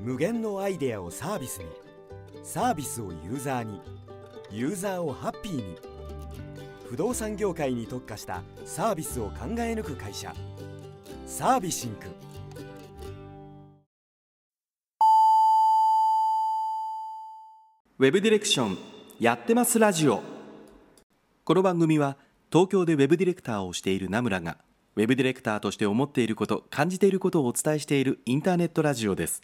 無限のアイデアをサービスに、サービスをユーザーに、ユーザーをハッピーに。不動産業界に特化したサービスを考え抜く会社、サービシンク。 ウェブディレクションやってますラジオ。この番組は東京でウェブディレクターをしている名村がウェブディレクターとして思っていること、感じていることをお伝えしているインターネットラジオです。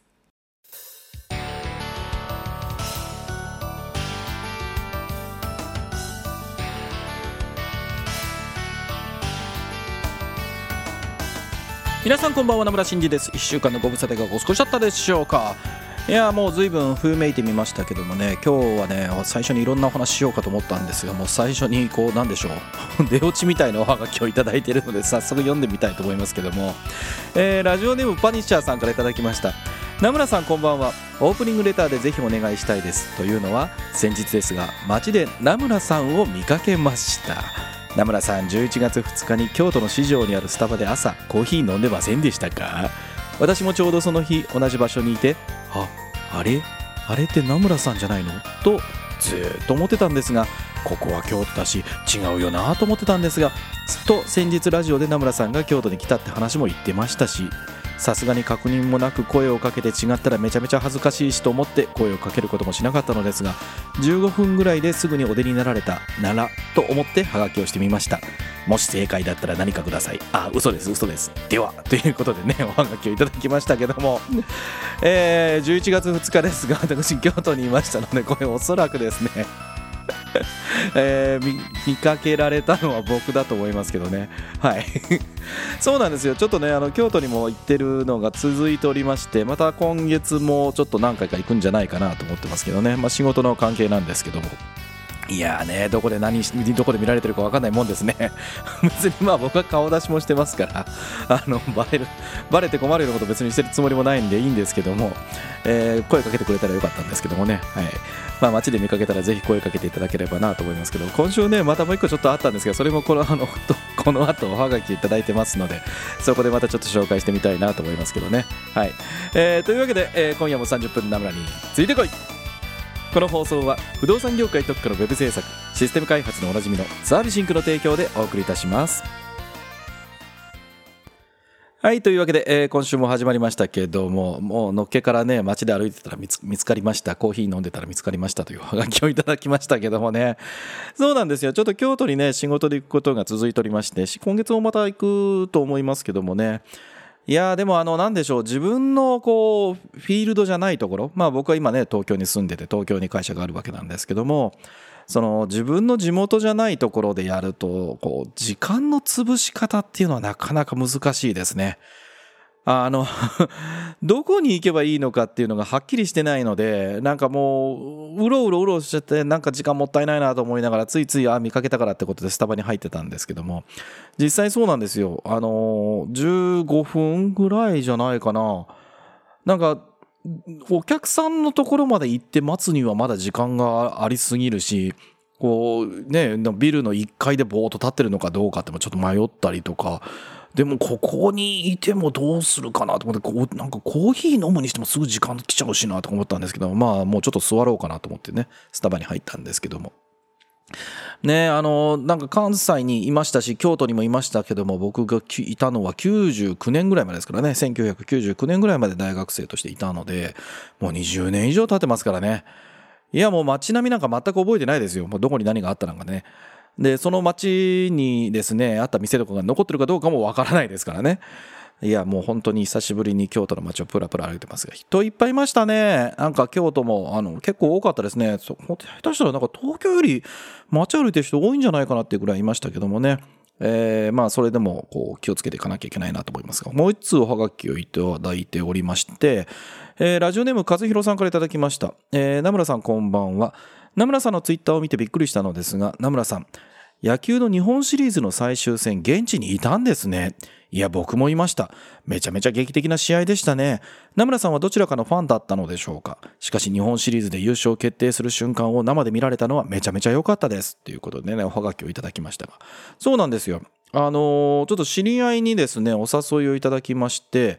皆さんこんばんは、名村真司です。1週間のご無沙汰がお過ごしだったでしょうか。いやもう随分冬めいてみましたけどもね、今日はね最初にいろんなお話しようかと思ったんですが、もう最初にこうなんでしょう出落ちみたいなおはがきをいただいているので早速読んでみたいと思いますけども、ラジオネームパニッシャーさんからいただきました。名村さんこんばんは。オープニングレターでぜひお願いしたいです。というのは先日ですが街で名村さんを見かけました。名村さん11月2日に京都の市場にあるスタバで朝コーヒー飲んでませんでしたか？私もちょうどその日同じ場所にいて、あれって名村さんじゃないのとずっと思ってたんですが、ここは京都だし違うよなと思ってたんですが、と先日ラジオで名村さんが京都に来たって話も言ってましたし、さすがに確認もなく声をかけて違ったらめちゃめちゃ恥ずかしいしと思って声をかけることもしなかったのですが、15分ぐらいですぐにお出になられたならと思ってハガキをしてみました。もし正解だったら何かください。嘘ですではということでね、おはがきをいただきましたけども、11月2日ですが私京都にいましたので、これおそらくですね見かけられたのは僕だと思いますけどね。はいそうなんですよ。ちょっとね京都にも行ってるのが続いておりまして、また今月もちょっと何回か行くんじゃないかなと思ってますけどね。仕事の関係なんですけども、いやね、どこで見られてるか分かんないもんですね別に僕は顔出しもしてますからバレて困るようなこと別にしてるつもりもないんでいいんですけども、声かけてくれたらよかったんですけどもね。はい、街で見かけたらぜひ声かけていただければなと思いますけど、今週ねまたもう一個ちょっとあったんですが、それもこの後おはがきいただいてますので、そこでまたちょっと紹介してみたいなと思いますけどね。はい、というわけで、今夜も30分名村についてこい。この放送は不動産業界特化のウェブ制作、システム開発のおなじみのサービシンクの提供でお送りいたします。はい、というわけで、今週も始まりましたけども、もうのっけからね街で歩いてたら見つかりました、コーヒー飲んでたら見つかりましたというハガキをいただきましたけどもね。そうなんですよ。ちょっと京都にね仕事で行くことが続いておりまして、今月もまた行くと思いますけどもね。いやでもなんでしょう、自分のこうフィールドじゃないところ、僕は今ね東京に住んでて東京に会社があるわけなんですけども、その自分の地元じゃないところでやるとこう時間の潰し方っていうのはなかなか難しいですね。どこに行けばいいのかっていうのがはっきりしてないので、なんかもううろうろしちゃって、なんか時間もったいないなと思いながら、ついつい見かけたからってことでスタバに入ってたんですけども、実際そうなんですよ。15分ぐらいじゃないかな。なんかお客さんのところまで行って待つにはまだ時間がありすぎるし、こうねビルの1階でぼーっと立ってるのかどうかってもちょっと迷ったりとか。でもここにいてもどうするかなと思って、なんかコーヒー飲むにしてもすぐ時間来ちゃうしなと思ったんですけど、もうちょっと座ろうかなと思ってねスタバに入ったんですけどもね。なんか関西にいましたし京都にもいましたけども、僕がいたのは99年ぐらいまでですからね。1999年ぐらいまで大学生としていたので、もう20年以上経ってますからね。いやもう街並みなんか全く覚えてないですよ。もうどこに何があったのかね。でその街にですねあった店とかが残ってるかどうかもわからないですからね。いやもう本当に久しぶりに京都の街をプラプラ歩いてますが、人いっぱいいましたね。なんか京都も結構多かったですね。下手したらなんか東京より街歩いてる人多いんじゃないかなっていうぐらいいましたけどもね。それでもこう気をつけていかなきゃいけないなと思いますが、もう一通おはがきをいただいておりまして、ラジオネーム和弘さんからいただきました。名村さんこんばんは。名村さんのツイッターを見てびっくりしたのですが、名村さん野球の日本シリーズの最終戦現地にいたんですね。いや僕もいました。めちゃめちゃ劇的な試合でしたね。名村さんはどちらかのファンだったのでしょうか。しかし日本シリーズで優勝決定する瞬間を生で見られたのはめちゃめちゃ良かったですということでね、おはがきをいただきましたが、そうなんですよ。ちょっと知り合いにですねお誘いをいただきまして、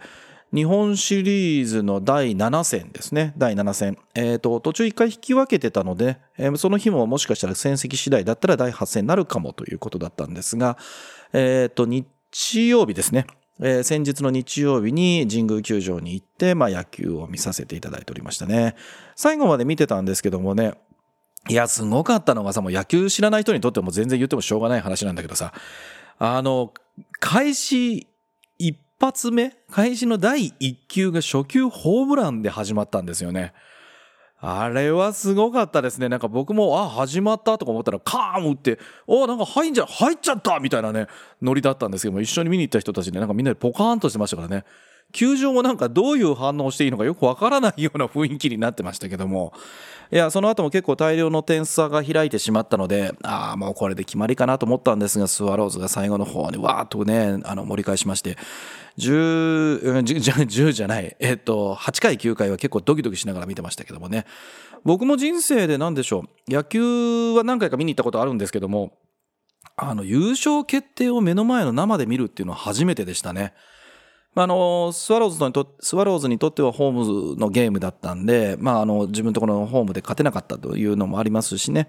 日本シリーズの第7戦ですね。第7戦。途中1回引き分けてたので、その日ももしかしたら戦績次第だったら第8戦になるかもということだったんですが、日曜日ですね。先日の日曜日に神宮球場に行って、野球を見させていただいておりましたね。最後まで見てたんですけどもね、いや、すごかったのがさ、もう野球知らない人にとっても全然言ってもしょうがない話なんだけどさ、開始一発目、開始の第1球が初球ホームランで始まったんですよね。あれはすごかったですね。なんか僕も、始まったとか思ったらカーン打って、なんか入っちゃったみたいなね、ノリだったんですけども、一緒に見に行った人たちね、なんかみんなでポカーンとしてましたからね。球場もなんかどういう反応をしていいのかよくわからないような雰囲気になってましたけども、いや、その後も結構大量の点差が開いてしまったので、もうこれで決まりかなと思ったんですが、スワローズが最後の方にわーっとね、盛り返しまして、10じゃない、8回9回は結構ドキドキしながら見てましたけどもね。僕も人生で何でしょう、野球は何回か見に行ったことあるんですけども、優勝決定を目の前の生で見るっていうのは初めてでしたね。スワローズにとってはホームのゲームだったんで、自分のところのホームで勝てなかったというのもありますしね。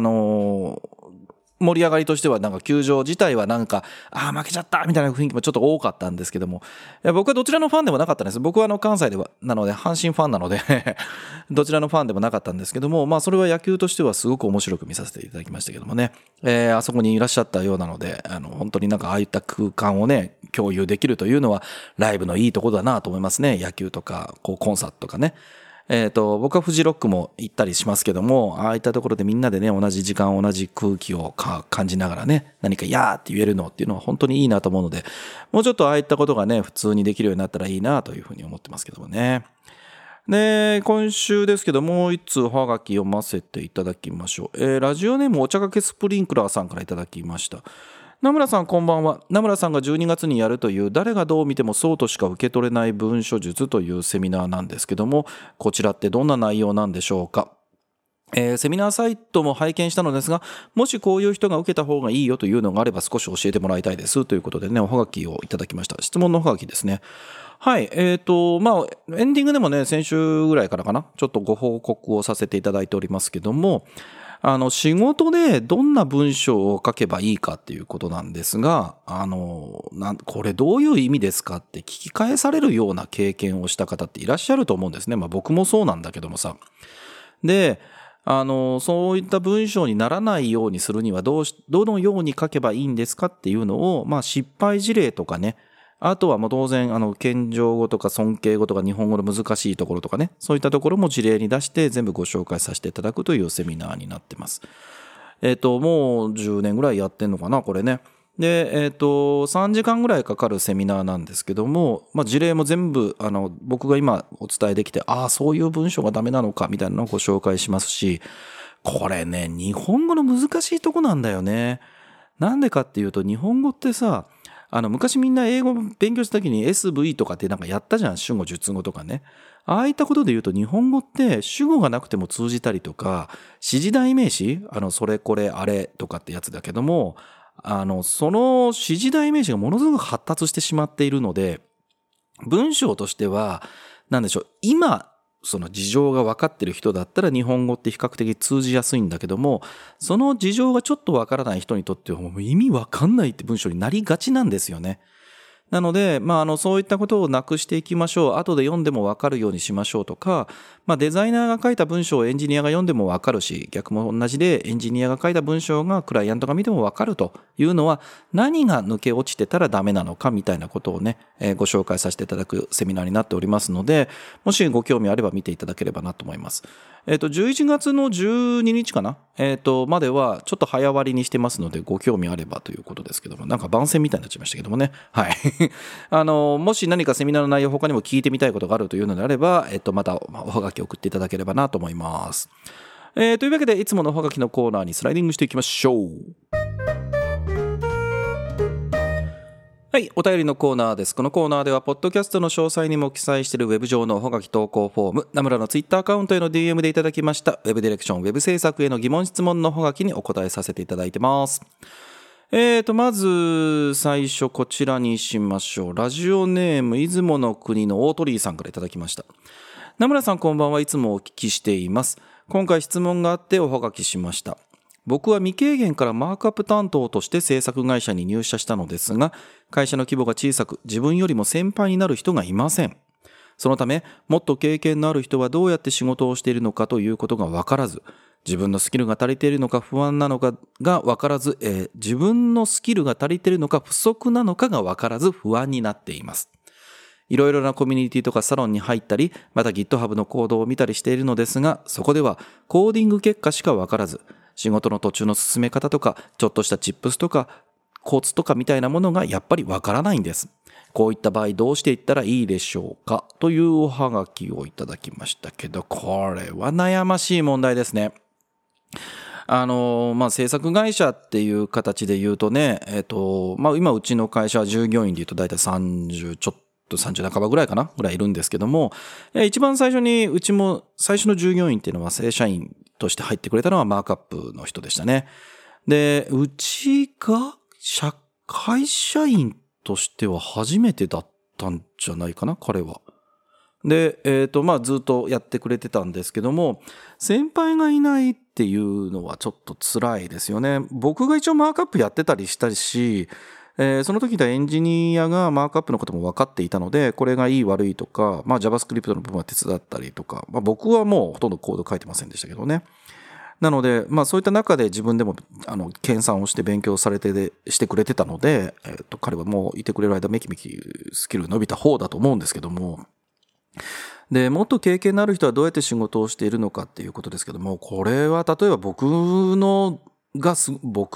盛り上がりとしてはなんか球場自体はなんか負けちゃったみたいな雰囲気もちょっと多かったんですけども、いや僕はどちらのファンでもなかったんです。僕は関西なので阪神ファンなのでどちらのファンでもなかったんですけども、それは野球としてはすごく面白く見させていただきましたけどもね、あそこにいらっしゃったようなので、本当になんかああいった空間をね共有できるというのはライブのいいところだなと思いますね。野球とかコンサートとかね。僕はフジロックも行ったりしますけども、ああいったところでみんなでね、同じ時間、同じ空気を感じながらね、何かやーって言えるのっていうのは本当にいいなと思うので、もうちょっとああいったことがね、普通にできるようになったらいいなというふうに思ってますけどもね。で、今週ですけどもう一通おはがき読ませていただきましょう。ラジオネームお茶かけスプリンクラーさんからいただきました。名村さんこんばんは。名村さんが12月にやるという誰がどう見てもそうとしか受け取れない文書術というセミナーなんですけども、こちらってどんな内容なんでしょうか。セミナーサイトも拝見したのですが、もしこういう人が受けた方がいいよというのがあれば少し教えてもらいたいですということでね、おはがきをいただきました。質問のおはがきですね。はい。エンディングでもね、先週ぐらいからかな、ちょっとご報告をさせていただいておりますけども、仕事でどんな文章を書けばいいかっていうことなんですが、これどういう意味ですかって聞き返されるような経験をした方っていらっしゃると思うんですね。僕もそうなんだけどもさ。で、そういった文章にならないようにするにはどのように書けばいいんですかっていうのを、失敗事例とかね、あとはもう当然、謙譲語とか尊敬語とか日本語の難しいところとかね、そういったところも事例に出して全部ご紹介させていただくというセミナーになってます。もう10年ぐらいやってんのかな、これね。で、3時間ぐらいかかるセミナーなんですけども、事例も全部、僕が今お伝えできて、そういう文章がダメなのかみたいなのをご紹介しますし、これね、日本語の難しいとこなんだよね。なんでかっていうと、日本語ってさ、昔みんな英語勉強した時に SV とかってなんかやったじゃん。主語、述語とかね。ああいったことで言うと日本語って主語がなくても通じたりとか、指示代名詞、それこれあれとかってやつだけども、その指示代名詞がものすごく発達してしまっているので、文章としては、なんでしょう、今、その事情が分かってる人だったら日本語って比較的通じやすいんだけども、その事情がちょっと分からない人にとってはもう意味分かんないって文章になりがちなんですよね。なので、そういったことをなくしていきましょう。後で読んでも分かるようにしましょうとか、デザイナーが書いた文章をエンジニアが読んでも分かるし、逆も同じでエンジニアが書いた文章がクライアントが見ても分かるというのは、何が抜け落ちてたらダメなのかみたいなことをね、ご紹介させていただくセミナーになっておりますので、もしご興味あれば見ていただければなと思います。11月の12日かな、まではちょっと早割りにしてますのでご興味あればということですけども、なんか番宣みたいになっちゃいましたけどもね。はい。もし何かセミナーの内容他にも聞いてみたいことがあるというのであれば、またおはがき送っていただければなと思います。というわけでいつものおはがきのコーナーにスライディングしていきましょう。はい、お便りのコーナーです。このコーナーではポッドキャストの詳細にも記載しているウェブ上のおはがき投稿フォーム、ナムラのツイッターアカウントへの DM でいただきましたウェブディレクション、ウェブ制作への疑問質問のおはがきにお答えさせていただいてます。 まず最初こちらにしましょう。ラジオネーム出雲の国の大鳥居さんからいただきました。名村さんこんばんは。いつもお聞きしています。今回質問があっておはがきしました。僕は未経験からマークアップ担当として制作会社に入社したのですが、会社の規模が小さく自分よりも先輩になる人がいません。そのため、もっと経験のある人はどうやって仕事をしているのかということが分からず、自分のスキルが足りているのか不安なのかが分からず、自分のスキルが足りているのか不足なのかが分からず不安になっています。いろいろなコミュニティとかサロンに入ったり、また GitHub のコードを見たりしているのですが、そこではコーディング結果しか分からず、仕事の途中の進め方とか、ちょっとしたチップスとか、コツとかみたいなものがやっぱり分からないんです。こういった場合どうしていったらいいでしょうかというおはがきをいただきましたけど、これは悩ましい問題ですね。制作会社っていう形で言うとね、今うちの会社は従業員で言うと大体30ちょっと30半ばぐらいかなぐらいいるんですけども、一番最初にうちも最初の従業員っていうのは正社員として入ってくれたのはマークアップの人でしたね。で、うちが会社員としては初めてだったんじゃないかな、彼は。で、ずっとやってくれてたんですけども、先輩がいないっていうのはちょっと辛いですよね。僕が一応マークアップやってたりしたし、その時のエンジニアがマークアップのことも分かっていたので、これがいい悪いとか、JavaScript の部分は手伝ったりとか、僕はもうほとんどコード書いてませんでしたけどね。なので、そういった中で自分でも、研鑽をして勉強してくれてたので、彼はもういてくれる間めきめきスキルが伸びた方だと思うんですけども、で、もっと経験のある人はどうやって仕事をしているのかっていうことですけども、これは例えば僕がす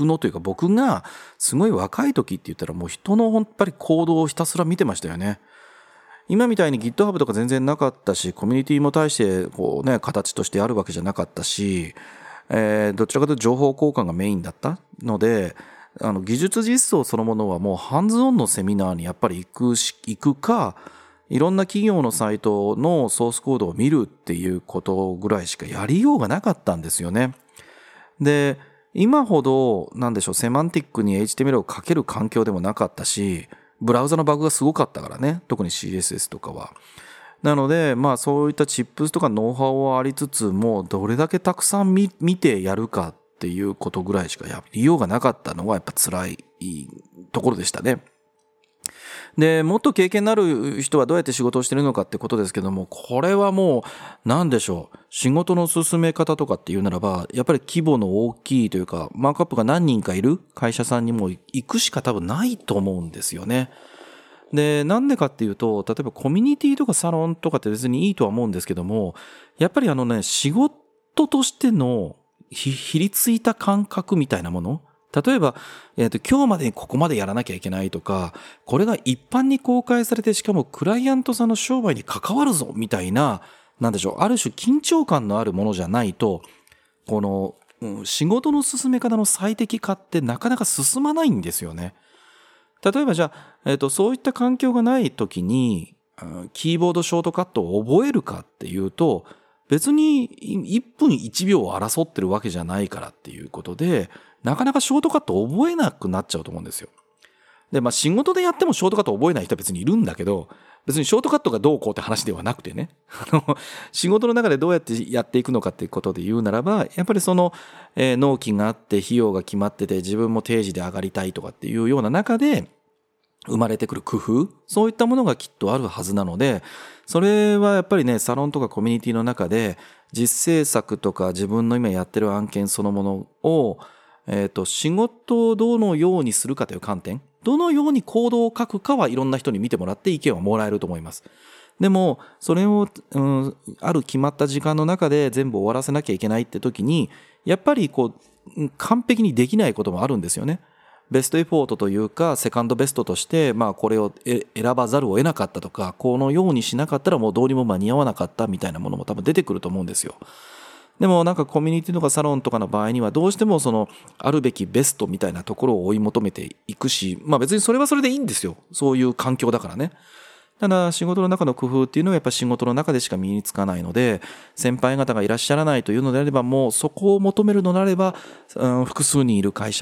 ごい若い時って言ったらもう人のやっぱり行動をひたすら見てましたよね。今みたいに GitHub とか全然なかったし、コミュニティも対して形としてあるわけじゃなかったし、どちらかというと情報交換がメインだったので、技術実装そのものはもうハンズオンのセミナーにやっぱり行くか、いろんな企業のサイトのソースコードを見るっていうことぐらいしかやりようがなかったんですよね。で、今ほどセマンティックに HTML を書ける環境でもなかったし、ブラウザのバグがすごかったからね、特に CSS とかは。なので、そういったチップスとかノウハウはありつつも、どれだけたくさん見てやるかっていうことぐらいしかやりようがなかったのがやっぱ辛いところでしたね。で、もっと経験のある人はどうやって仕事をしているのかってことですけども、これはもう、仕事の進め方とかっていうならば、やっぱり規模の大きいというか、マークアップが何人かいる会社さんにも行くしか多分ないと思うんですよね。で、なんでかっていうと、例えばコミュニティとかサロンとかって別にいいとは思うんですけども、やっぱり仕事としてのひりついた感覚みたいなもの、例えば、今日までにここまでやらなきゃいけないとか、これが一般に公開されてしかもクライアントさんの商売に関わるぞみたいな、ある種緊張感のあるものじゃないと、仕事の進め方の最適化ってなかなか進まないんですよね。例えばじゃあ、そういった環境がない時に、キーボードショートカットを覚えるかっていうと、別に1分1秒を争ってるわけじゃないからっていうことで、なかなかショートカットを覚えなくなっちゃうと思うんですよ。で、仕事でやってもショートカットを覚えない人は別にいるんだけど、別にショートカットがどうこうって話ではなくてね、仕事の中でどうやってやっていくのかっていうことで言うならば、やっぱり納期があって費用が決まってて自分も定時で上がりたいとかっていうような中で、生まれてくる工夫、そういったものがきっとあるはずなので、それはやっぱりね、サロンとかコミュニティの中で実制作とか自分の今やってる案件そのものを、仕事をどのようにするかという観点、どのように行動を書くかはいろんな人に見てもらって意見をもらえると思います。でもそれを、ある決まった時間の中で全部終わらせなきゃいけないって時に、やっぱり完璧にできないこともあるんですよね。ベストエフォートというかセカンドベストとしてこれを選ばざるを得なかったとか、このようにしなかったらもうどうにも間に合わなかったみたいなものも多分出てくると思うんですよ。でもコミュニティとかサロンとかの場合にはどうしてもあるべきベストみたいなところを追い求めていくし、別にそれはそれでいいんですよ。そういう環境だからね。ただ仕事の中の工夫っていうのはやっぱ仕事の中でしか身につかないので、先輩方がいらっしゃらないというのであれば、もうそこを求めるのであれば、複数人いる会社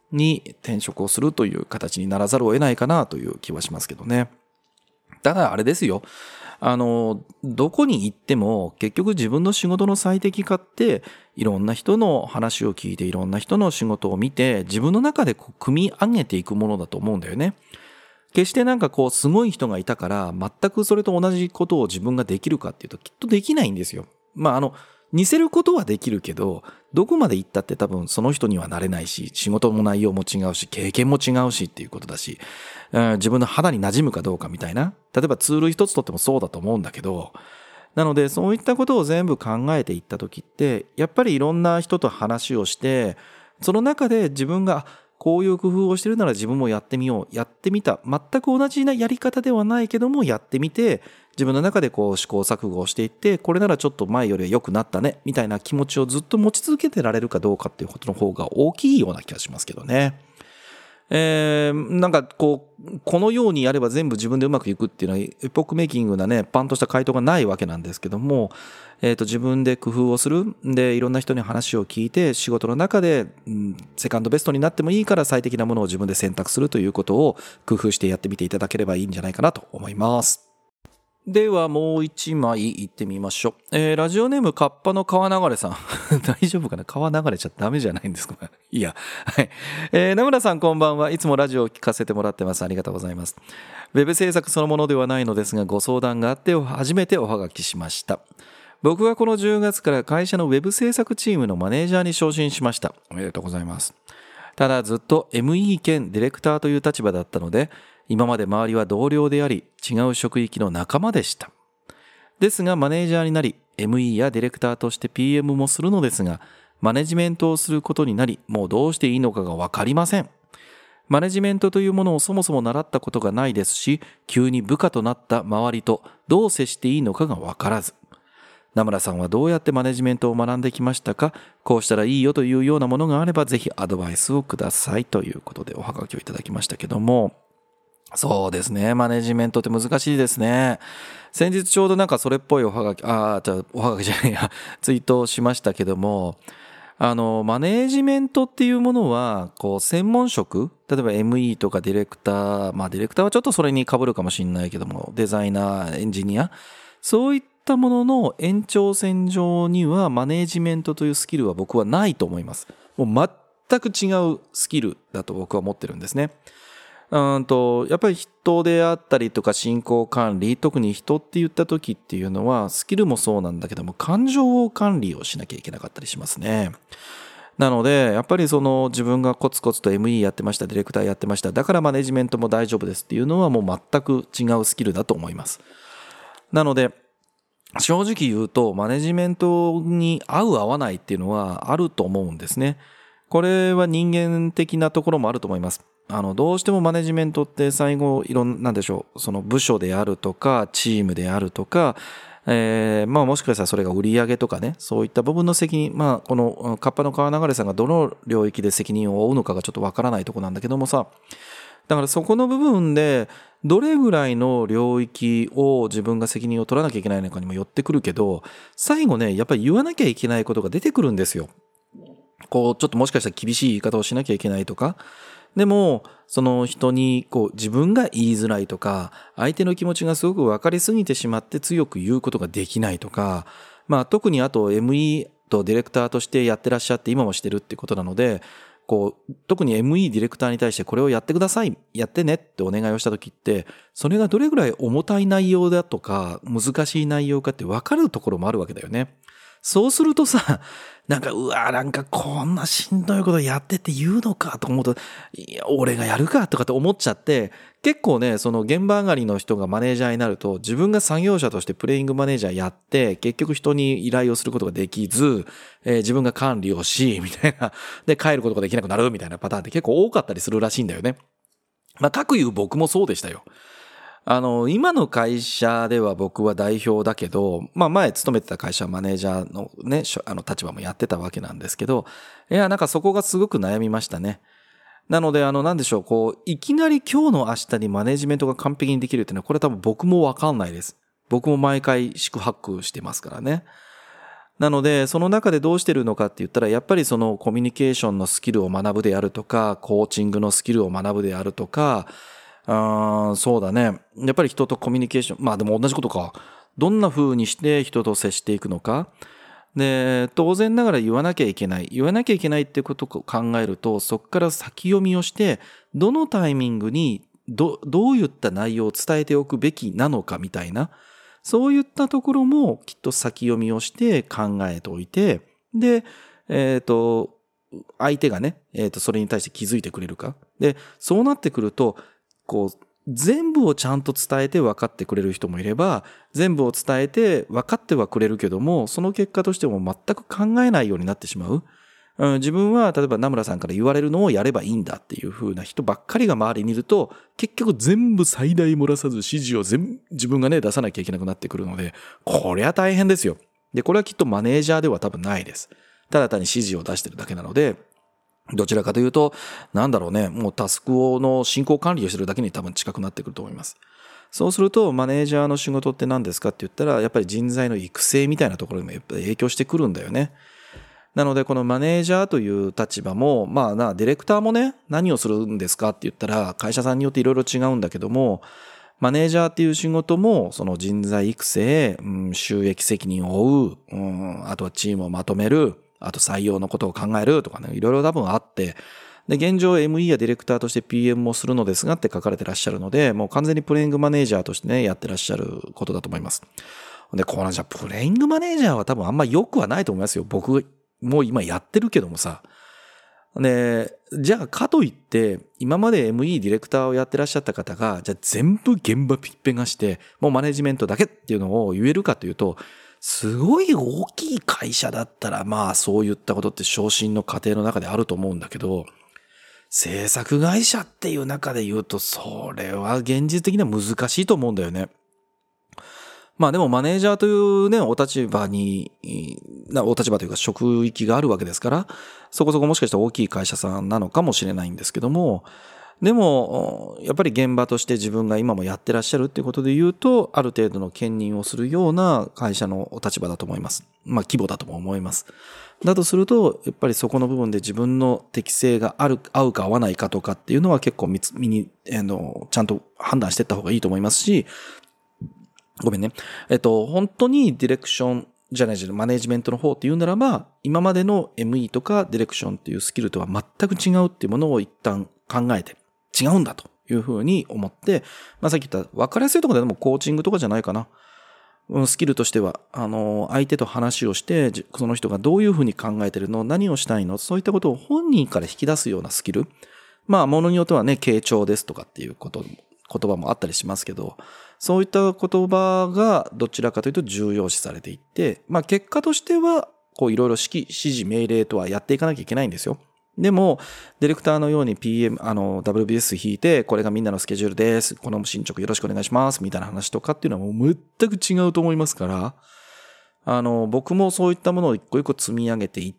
に転職をするという形にならざるを得ないかなという気はしますけどね。ただあれですよ。どこに行っても結局自分の仕事の最適化っていろんな人の話を聞いていろんな人の仕事を見て自分の中で組み上げていくものだと思うんだよね。決してすごい人がいたから全くそれと同じことを自分ができるかっていうときっとできないんですよ。似せることはできるけど、どこまで行ったって多分その人にはなれないし、仕事の内容も違うし、経験も違うしっていうことだし、自分の肌に馴染むかどうかみたいな。例えばツール一つとってもそうだと思うんだけど、なのでそういったことを全部考えていったときって、やっぱりいろんな人と話をして、その中で自分がこういう工夫をしてるなら自分もやってみよう。やってみた。全く同じなやり方ではないけども、やってみて、自分の中で試行錯誤をしていって、これならちょっと前よりは良くなったね、みたいな気持ちをずっと持ち続けてられるかどうかっていうことの方が大きいような気がしますけどね。このようにやれば全部自分でうまくいくっていうのはエポックメイキングなね、パンとした回答がないわけなんですけども、自分で工夫をする。で、いろんな人に話を聞いて、仕事の中で、セカンドベストになってもいいから最適なものを自分で選択するということを工夫してやってみていただければいいんじゃないかなと思います。ではもう一枚行ってみましょう。ラジオネームカッパの川流さん。大丈夫かな？川流れちゃダメじゃないんですか？いや。はい。名村さんこんばんは。いつもラジオを聞かせてもらってます。ありがとうございます。ウェブ制作そのものではないのですが、ご相談があって初めておはがきしました。僕はこの10月から会社のウェブ制作チームのマネージャーに昇進しました。おめでとうございます。ただずっと ME 兼ディレクターという立場だったので、今まで周りは同僚であり、違う職域の仲間でした。ですがマネージャーになり、ME やディレクターとして PM もするのですが、マネジメントをすることになり、もうどうしていいのかがわかりません。マネジメントというものをそもそも習ったことがないですし、急に部下となった周りとどう接していいのかがわからず。名村さんはどうやってマネジメントを学んできましたか？こうしたらいいよというようなものがあれば、ぜひアドバイスをくださいということでおはがきをいただきましたけども、そうですね。マネジメントって難しいですね。先日ちょうどそれっぽいおはがき、ツイートをしましたけども、マネージメントっていうものは、専門職、例えば ME とかディレクター、ディレクターはちょっとそれに被るかもしれないけども、デザイナー、エンジニア、そういったものの延長線上にはマネージメントというスキルは僕はないと思います。もう全く違うスキルだと僕は思ってるんですね。やっぱり人であったりとか進行管理、特に人って言った時っていうのはスキルもそうなんだけども感情を管理をしなきゃいけなかったりしますね。なのでやっぱり自分がコツコツと ME やってました、ディレクターやってました、だからマネジメントも大丈夫ですっていうのはもう全く違うスキルだと思います。なので正直言うとマネジメントに合う合わないっていうのはあると思うんですね。これは人間的なところもあると思います。どうしてもマネジメントって最後なんでしょう、その部署であるとかチームであるとか、もしかしたらそれが売上とかね、そういった部分の責任、このカッパの川流さんがどの領域で責任を負うのかがちょっとわからないところなんだけどもさ、だからそこの部分でどれぐらいの領域を自分が責任を取らなきゃいけないのかにもよってくるけど、最後ねやっぱり言わなきゃいけないことが出てくるんですよ。ちょっともしかしたら厳しい言い方をしなきゃいけないとか、でもその人に自分が言いづらいとか、相手の気持ちがすごく分かりすぎてしまって強く言うことができないとか、特にあと ME とディレクターとしてやってらっしゃって今もしてるってことなので、特に ME ディレクターに対してこれをやってください、やってねってお願いをした時って、それがどれぐらい重たい内容だとか難しい内容かって分かるところもあるわけだよね。そうするとさ、こんなしんどいことやってって言うのかと思うと、いや俺がやるかとかって思っちゃって、結構ねその現場上がりの人がマネージャーになると、自分が作業者としてプレイングマネージャーやって結局人に依頼をすることができず、自分が管理をしみたいなで帰ることができなくなるみたいなパターンって結構多かったりするらしいんだよね。各言う僕もそうでしたよ。今の会社では僕は代表だけど、前勤めてた会社はマネージャーのね、立場もやってたわけなんですけど、そこがすごく悩みましたね。なので、いきなり今日の明日にマネジメントが完璧にできるっていうのは、これ多分僕もわかんないです。僕も毎回四苦八苦してますからね。 なので、その中でどうしてるのかって言ったら、やっぱりそのコミュニケーションのスキルを学ぶであるとか、コーチングのスキルを学ぶであるとか、そうだね。やっぱり人とコミュニケーション、でも同じことか。どんな風にして人と接していくのか。で、当然ながら言わなきゃいけない。言わなきゃいけないってことを考えると、そこから先読みをして、どのタイミングにどういった内容を伝えておくべきなのかみたいな。そういったところもきっと先読みをして考えておいて、で、相手がね、それに対して気づいてくれるか。で、そうなってくると、全部をちゃんと伝えて分かってくれる人もいれば、全部を伝えて分かってはくれるけども、その結果としても全く考えないようになってしまう。自分は例えば名村さんから言われるのをやればいいんだっていう風な人ばっかりが周りにいると、結局全部最大漏らさず指示を自分がね出さなきゃいけなくなってくるので、こりゃ大変ですよ。で、これはきっとマネージャーでは多分ないです。ただ単に指示を出してるだけなので、どちらかというと、もうタスクの進行管理をしてるだけに多分近くなってくると思います。そうすると、マネージャーの仕事って何ですかって言ったら、やっぱり人材の育成みたいなところにもやっぱり影響してくるんだよね。なので、このマネージャーという立場も、ディレクターもね、何をするんですかって言ったら、会社さんによっていろいろ違うんだけども、マネージャーっていう仕事も、その人材育成、収益責任を負う、あとはチームをまとめる、あと採用のことを考えるとかね、いろいろ多分あって、で、現状 ME やディレクターとして PM もするのですがって書かれてらっしゃるので、もう完全にプレイングマネージャーとしてね、やってらっしゃることだと思います。で、じゃあプレイングマネージャーは多分あんま良くはないと思いますよ。僕もう今やってるけどもさ。で、じゃあかといって、今まで ME ディレクターをやってらっしゃった方が、じゃあ全部現場ピッペがして、もうマネジメントだけっていうのを言えるかというと、すごい大きい会社だったら、そういったことって昇進の過程の中であると思うんだけど、制作会社っていう中で言うと、それは現実的には難しいと思うんだよね。でもマネージャーというね、お立場というか職域があるわけですから、そこそこもしかしたら大きい会社さんなのかもしれないんですけども、でも、やっぱり現場として自分が今もやってらっしゃるっていうことで言うと、ある程度の兼任をするような会社のお立場だと思います。規模だとも思います。だとすると、やっぱりそこの部分で自分の適性が合うか合わないかとかっていうのは結構ちゃんと判断していった方がいいと思いますし、ごめんね。本当にディレクションマネージメントの方っていうならば、今までの ME とかディレクションっていうスキルとは全く違うっていうものを一旦考えて、違うんだというふうに思って、さっき言った分かりやすいところでもコーチングとかじゃないかな。スキルとしては、相手と話をして、その人がどういうふうに考えてるの、何をしたいの、そういったことを本人から引き出すようなスキル。ものによってはね、傾聴ですとかっていう言葉もあったりしますけど、そういった言葉がどちらかというと重要視されていって、結果としては、いろいろ指示命令とはやっていかなきゃいけないんですよ。でも、ディレクターのように WBS 引いて、これがみんなのスケジュールです。この進捗よろしくお願いします。みたいな話とかっていうのはもう全く違うと思いますから、僕もそういったものを一個一個積み上げていって、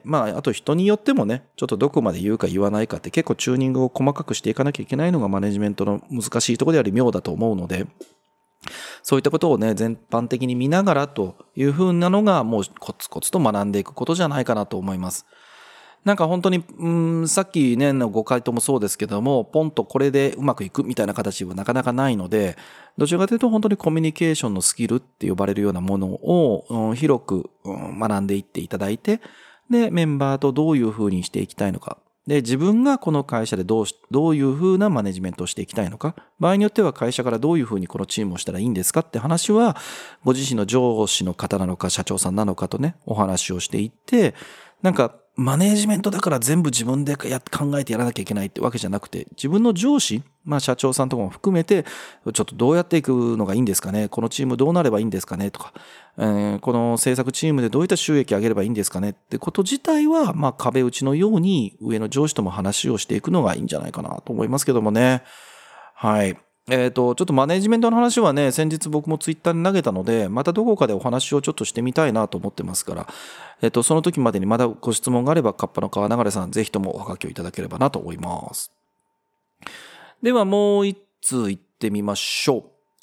あと人によってもね、ちょっとどこまで言うか言わないかって結構チューニングを細かくしていかなきゃいけないのがマネジメントの難しいところであり妙だと思うので、そういったことをね、全般的に見ながらという風なのがもうコツコツと学んでいくことじゃないかなと思います。本当に、さっきね、のご回答もそうですけども、ポンとこれでうまくいくみたいな形はなかなかないので、どちらかというと本当にコミュニケーションのスキルって呼ばれるようなものを広く学んでいっていただいて、で、メンバーとどういうふうにしていきたいのか。で、自分がこの会社でどういうふうなマネジメントをしていきたいのか。場合によっては会社からどういうふうにこのチームをしたらいいんですかって話は、ご自身の上司の方なのか社長さんなのかとね、お話をしていって、マネージメントだから全部自分で考えてやらなきゃいけないってわけじゃなくて、自分の上司、社長さんとかも含めて、ちょっとどうやっていくのがいいんですかね、このチームどうなればいいんですかねとか、この制作チームでどういった収益上げればいいんですかねってこと自体は、壁打ちのように上の上司とも話をしていくのがいいんじゃないかなと思いますけどもね。はい。ちょっとマネジメントの話はね、先日僕もツイッターに投げたので、またどこかでお話をちょっとしてみたいなと思ってますから、その時までにまだご質問があれば、カッパの川流さん、ぜひともおはがきをいただければなと思います。ではもう一通行ってみましょう。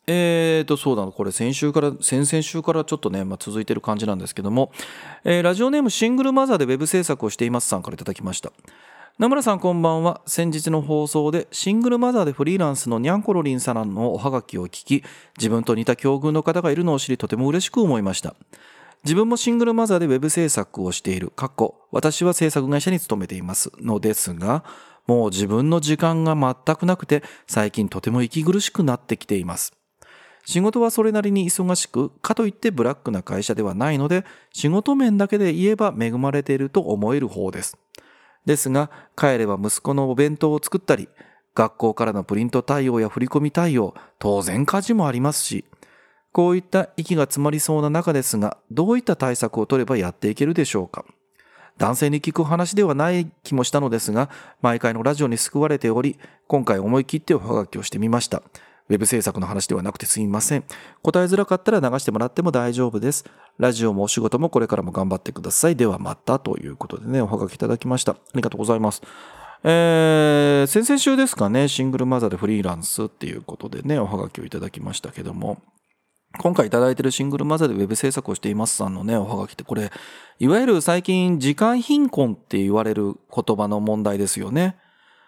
そうだな、これ先々週からちょっとね、続いてる感じなんですけども、ラジオネームシングルマザーでウェブ制作をしていますさんからいただきました。名村さんこんばんは。先日の放送でシングルマザーでフリーランスのにゃんころりんさんのおはがきを聞き、自分と似た境遇の方がいるのを知りとても嬉しく思いました。自分もシングルマザーでウェブ制作をしている、私は制作会社に勤めていますのですが、もう自分の時間が全くなくて、最近とても息苦しくなってきています。仕事はそれなりに忙しく、かといってブラックな会社ではないので、仕事面だけで言えば恵まれていると思える方です。ですが、帰れば息子のお弁当を作ったり、学校からのプリント対応や振り込み対応、当然家事もありますし、こういった息が詰まりそうな中ですが、どういった対策を取ればやっていけるでしょうか。男性に聞く話ではない気もしたのですが、毎回のラジオに救われており、今回思い切っておはがきをしてみました。ウェブ制作の話ではなくてすみません。答えづらかったら流してもらっても大丈夫です。ラジオもお仕事もこれからも頑張ってください。ではまたということでね、おはがきいただきました。ありがとうございます。先々週ですかね、シングルマザーでフリーランスっていうことでね、おはがきをいただきましたけども、今回いただいているシングルマザーでウェブ制作をしていますさんのね、おはがきってこれ、いわゆる最近時間貧困って言われる言葉の問題ですよね。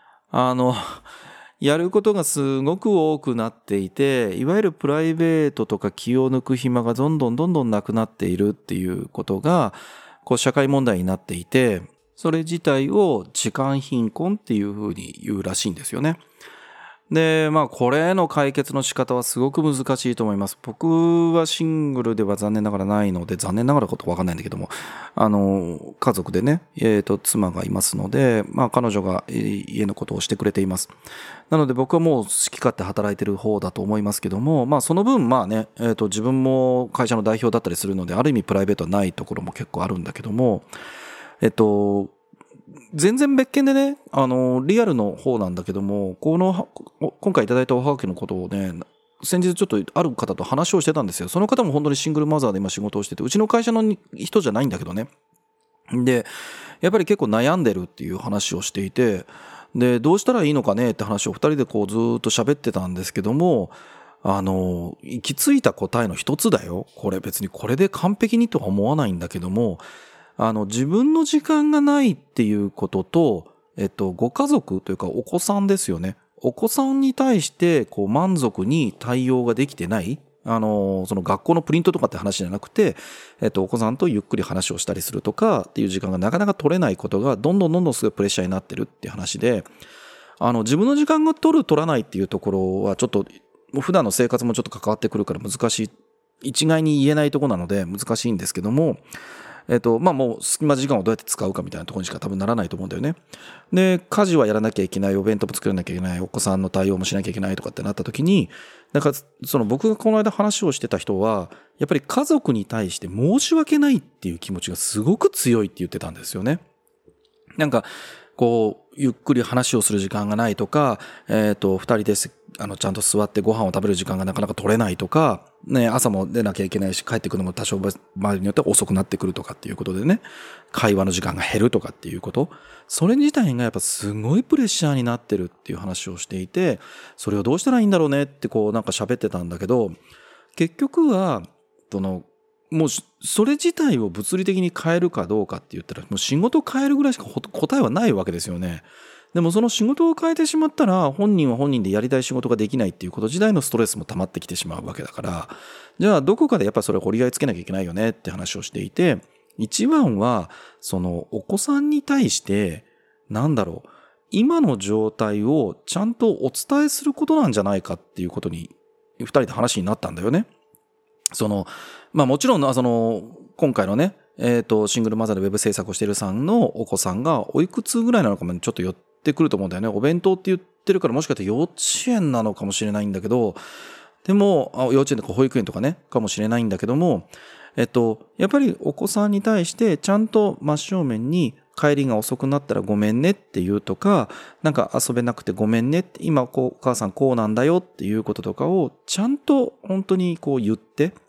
やることがすごく多くなっていて、いわゆるプライベートとか気を抜く暇がどんどんなくなっているっていうことが、こう社会問題になっていて、それ自体を時間貧困っていうふうに言うらしいんですよね。で、これの解決の仕方はすごく難しいと思います。僕はシングルでは残念ながらないので、残念ながらことわかんないんだけども、家族でね、妻がいますので、彼女が家のことをしてくれています。なので僕はもう好き勝手働いてる方だと思いますけども、その分自分も会社の代表だったりするので、ある意味プライベートはないところも結構あるんだけども、全然別件でね、リアルの方なんだけども、今回いただいたおはがきのことをね、先日ちょっとある方と話をしてたんですよ。その方も本当にシングルマザーで今仕事をしてて、うちの会社の人じゃないんだけどね。で、やっぱり結構悩んでるっていう話をしていて、で、どうしたらいいのかねって話を二人でこうずっと喋ってたんですけども、行き着いた答えの一つだよ。これ別にこれで完璧にとは思わないんだけども、自分の時間がないっていうことと、ご家族というかお子さんですよね。お子さんに対してこう満足に対応ができてない。その学校のプリントとかって話じゃなくて、お子さんとゆっくり話をしたりするとかっていう時間がなかなか取れないことがどんどんすごいプレッシャーになってるっていう話で、自分の時間が取らないっていうところはちょっと普段の生活もちょっと関わってくるから難しい、一概に言えないところなので難しいんですけども、もう隙間時間をどうやって使うかみたいなところにしか多分ならないと思うんだよね。で、家事はやらなきゃいけない、お弁当も作らなきゃいけない、お子さんの対応もしなきゃいけないとかってなった時に、僕がこの間話をしてた人は、やっぱり家族に対して申し訳ないっていう気持ちがすごく強いって言ってたんですよね。ゆっくり話をする時間がないとか、二人でちゃんと座ってご飯を食べる時間がなかなか取れないとか、ね、朝も出なきゃいけないし、帰ってくるのも多少場合によっては遅くなってくるとかっていうことでね、会話の時間が減るとかっていうこと、それ自体がやっぱすごいプレッシャーになってるっていう話をしていて、それをどうしたらいいんだろうねって喋ってたんだけど、結局は、もうそれ自体を物理的に変えるかどうかって言ったら、もう仕事を変えるぐらいしか答えはないわけですよね。でもその仕事を変えてしまったら、本人は本人でやりたい仕事ができないっていうこと自体のストレスも溜まってきてしまうわけだから、じゃあどこかでやっぱりそれを折り合いつけなきゃいけないよねって話をしていて、一番はそのお子さんに対して今の状態をちゃんとお伝えすることなんじゃないかっていうことに二人で話になったんだよね。もちろん今回のね、シングルマザーでウェブ制作をしているさんのお子さんがおいくつぐらいなのかもちょっと寄ってくると思うんだよね。お弁当って言ってるからもしかして幼稚園なのかもしれないんだけど、でも幼稚園とか保育園とかねかもしれないんだけども、やっぱりお子さんに対してちゃんと真正面に帰りが遅くなったらごめんねって言うとか、遊べなくてごめんねって、今お母さんこうなんだよっていうこととかをちゃんと本当に言って、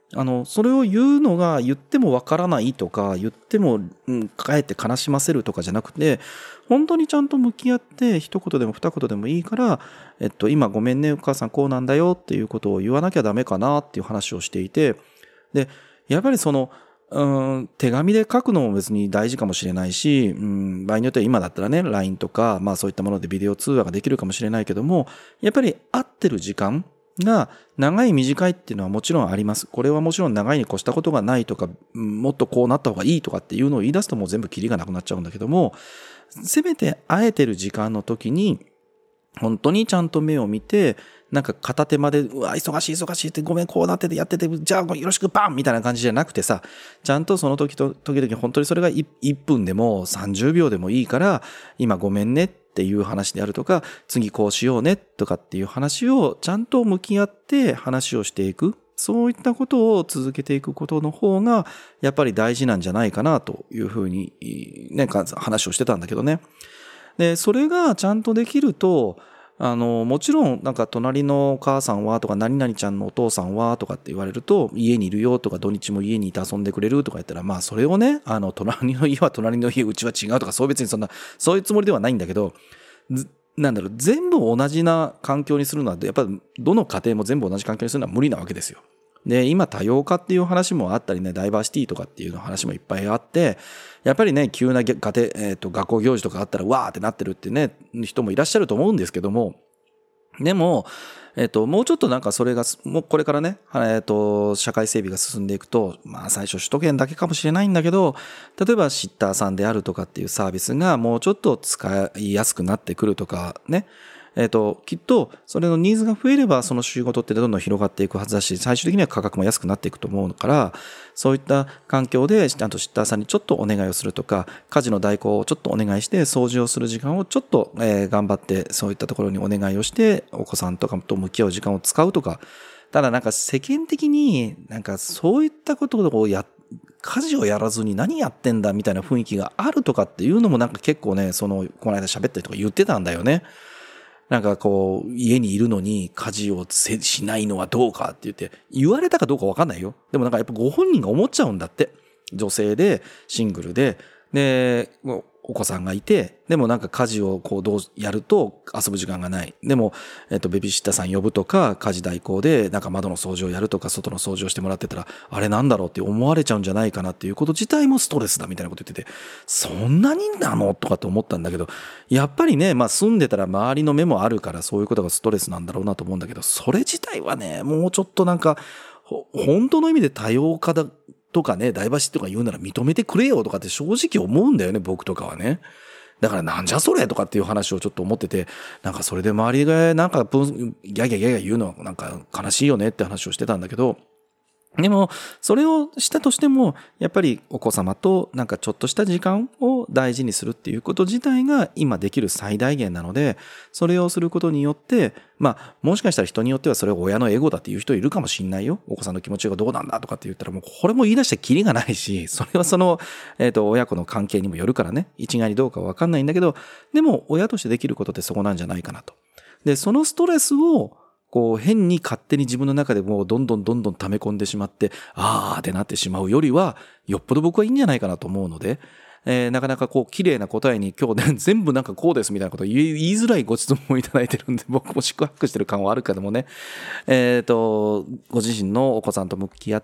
それを言うのが言ってもわからないとか言っても、かえって悲しませるとかじゃなくて、本当にちゃんと向き合って一言でも二言でもいいから、今ごめんねお母さんこうなんだよっていうことを言わなきゃダメかなっていう話をしていて、でやっぱり手紙で書くのも別に大事かもしれないし、場合によっては今だったらね LINE とか、そういったものでビデオ通話ができるかもしれないけども、やっぱり会ってる時間が長い短いっていうのはもちろんあります。これはもちろん長いに越したことがないとか、もっとこうなった方がいいとかっていうのを言い出すともう全部キリがなくなっちゃうんだけども、せめて会えてる時間の時に本当にちゃんと目を見て、なんか片手までうわ忙しいってごめんこうなっててやっててじゃあよろしくバンみたいな感じじゃなくてさ、ちゃんとその時々本当にそれが1分でも30秒でもいいから今ごめんねっていう話であるとか、次こうしようねとかっていう話をちゃんと向き合って話をしていく、そういったことを続けていくことの方がやっぱり大事なんじゃないかなというふうになんか話をしてたんだけどね。でそれがちゃんとできるともちろんなんか隣のお母さんはとか何々ちゃんのお父さんはとかって言われると、家にいるよとか土日も家にいて遊んでくれるとか言ったら、それをね隣の家は隣の家うちは違うとかそう別にそういうつもりではないんだけど、全部同じな環境にするのはやっぱりどの家庭も全部同じ環境にするのは無理なわけですよ。で今多様化っていう話もあったりね、ダイバーシティとかっていうの話もいっぱいあって、やっぱりね急な学校行事とかあったらわーってなってるってね人もいらっしゃると思うんですけども、でももうちょっとなんかそれがもうこれからね社会整備が進んでいくと、最初首都圏だけかもしれないんだけど、例えばシッターさんであるとかっていうサービスがもうちょっと使いやすくなってくるとかね、きっとそれのニーズが増えればその仕事ってどんどん広がっていくはずだし、最終的には価格も安くなっていくと思うから、そういった環境でちゃんとシッターさんにちょっとお願いをするとか、家事の代行をちょっとお願いして掃除をする時間をちょっと頑張ってそういったところにお願いをしてお子さんとかと向き合う時間を使うとか。ただなんか世間的になんかそういったことを家事をやらずに何やってんだみたいな雰囲気があるとかっていうのもなんか結構ねこの間喋ったりとか言ってたんだよね。なんかこう家にいるのに家事をしないのはどうかって言われたかどうか分かんないよ。でもなんかやっぱご本人が思っちゃうんだって。女性でシングルでお子さんがいて、でもなんか家事をこうどうやると遊ぶ時間がない。でもベビーシッターさん呼ぶとか家事代行でなんか窓の掃除をやるとか外の掃除をしてもらってたらあれなんだろうって思われちゃうんじゃないかなっていうこと自体もストレスだみたいなこと言ってて、そんなになのとかって思ったんだけど、やっぱりね住んでたら周りの目もあるからそういうことがストレスなんだろうなと思うんだけど、それ自体はねもうちょっとなんか本当の意味で多様化だとかねダイバーシティとか言うなら認めてくれよとかって正直思うんだよね、僕とかはね。だからなんじゃそれとかっていう話をちょっと思ってて、なんかそれで周りがなんかギャギャギャギャ言うのはなんか悲しいよねって話をしてたんだけど、でもそれをしたとしてもやっぱりお子様となんかちょっとした時間を大事にするっていうこと自体が今できる最大限なので、それをすることによってもしかしたら人によってはそれを親のエゴだっていう人いるかもしんないよ。お子さんの気持ちがどうなんだとかって言ったらもうこれも言い出してキリがないし、それは親子の関係にもよるからね一概にどうかは分かんないんだけど、でも親としてできることってそこなんじゃないかなと。でそのストレスをこう変に勝手に自分の中でもうどんどん溜め込んでしまってってなってしまうよりはよっぽど僕はいいんじゃないかなと思うので、なかなかこう綺麗な答えに今日ね全部なんかこうですみたいなことを言いづらいご質問をいただいてるんで、僕も四苦八苦してる感はあるけどもね、ご自身のお子さんと向き合って、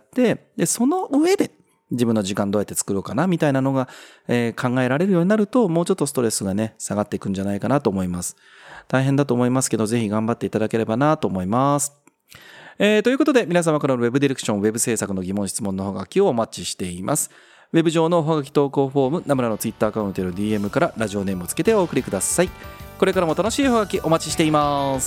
でその上で自分の時間どうやって作ろうかなみたいなのが、考えられるようになるともうちょっとストレスがね下がっていくんじゃないかなと思います。大変だと思いますけどぜひ頑張っていただければなと思います。ということで皆様からのウェブディレクション、ウェブ制作の疑問質問のほがきをお待ちしています。ウェブ上のおはがき投稿フォーム、ナムラのツイッターアカウントへの DM からラジオネームをつけてお送りください。これからも楽しいおはがきお待ちしています。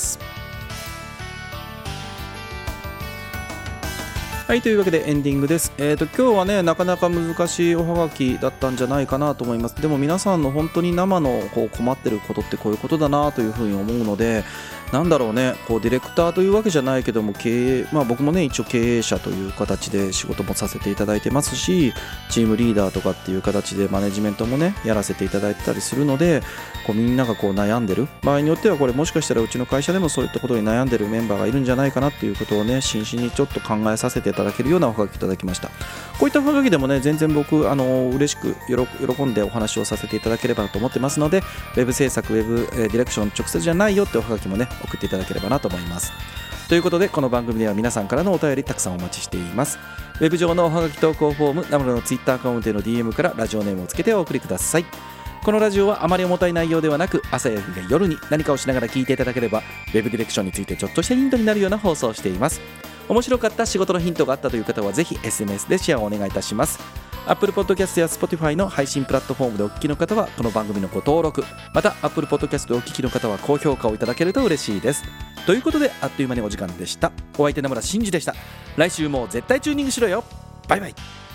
はい、というわけでエンディングです。今日はねなかなか難しいおはがきだったんじゃないかなと思います。でも皆さんの本当に生の困ってることってこういうことだなというふうに思うので、なんだろうねディレクターというわけじゃないけども経営、僕もね一応経営者という形で仕事もさせていただいてますし、チームリーダーとかっていう形でマネジメントもねやらせていただいてたりするので、みんなが悩んでる場合によってはこれもしかしたらうちの会社でもそういったことに悩んでるメンバーがいるんじゃないかなっていうことをね真摯にちょっと考えさせてただけるようなおはがきいただきました。こういったおはがきでもね、全然僕嬉しく喜んでお話をさせていただければなと思ってますので、ウェブ制作、ウェブディレクション直接じゃないよっておはがきもね、送っていただければなと思います。ということで、この番組では皆さんからのお便りたくさんお待ちしています。ウェブ上のおはがき投稿フォーム、ナムロのツイッターアカウントへの DM からラジオネームをつけてお送りください。このラジオはあまり重たい内容ではなく、朝や夜に何かをしながら聞いていただければ、ウェブディレクションについてちょっとしたヒントになるような放送をしています。面白かった、仕事のヒントがあったという方はぜひ SNS でシェアをお願いいたします。Apple Podcast や Spotify の配信プラットフォームでお聞きの方はこの番組のご登録、また Apple Podcast でお聞きの方は高評価をいただけると嬉しいです。ということで、あっという間にお時間でした。お相手名村真司でした。来週も絶対チューニングしろよ。バイバイ。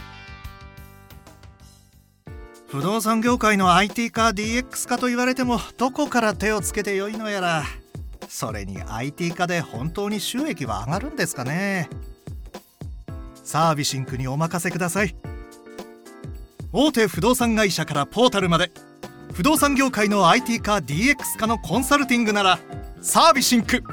不動産業界の IT 化 DX 化と言われても、どこから手をつけてよいのやら。それに IT 化で本当に収益は上がるんですかね。サービシンクにお任せください。大手不動産会社からポータルまで、不動産業界の IT 化 DX 化のコンサルティングならサービシンク。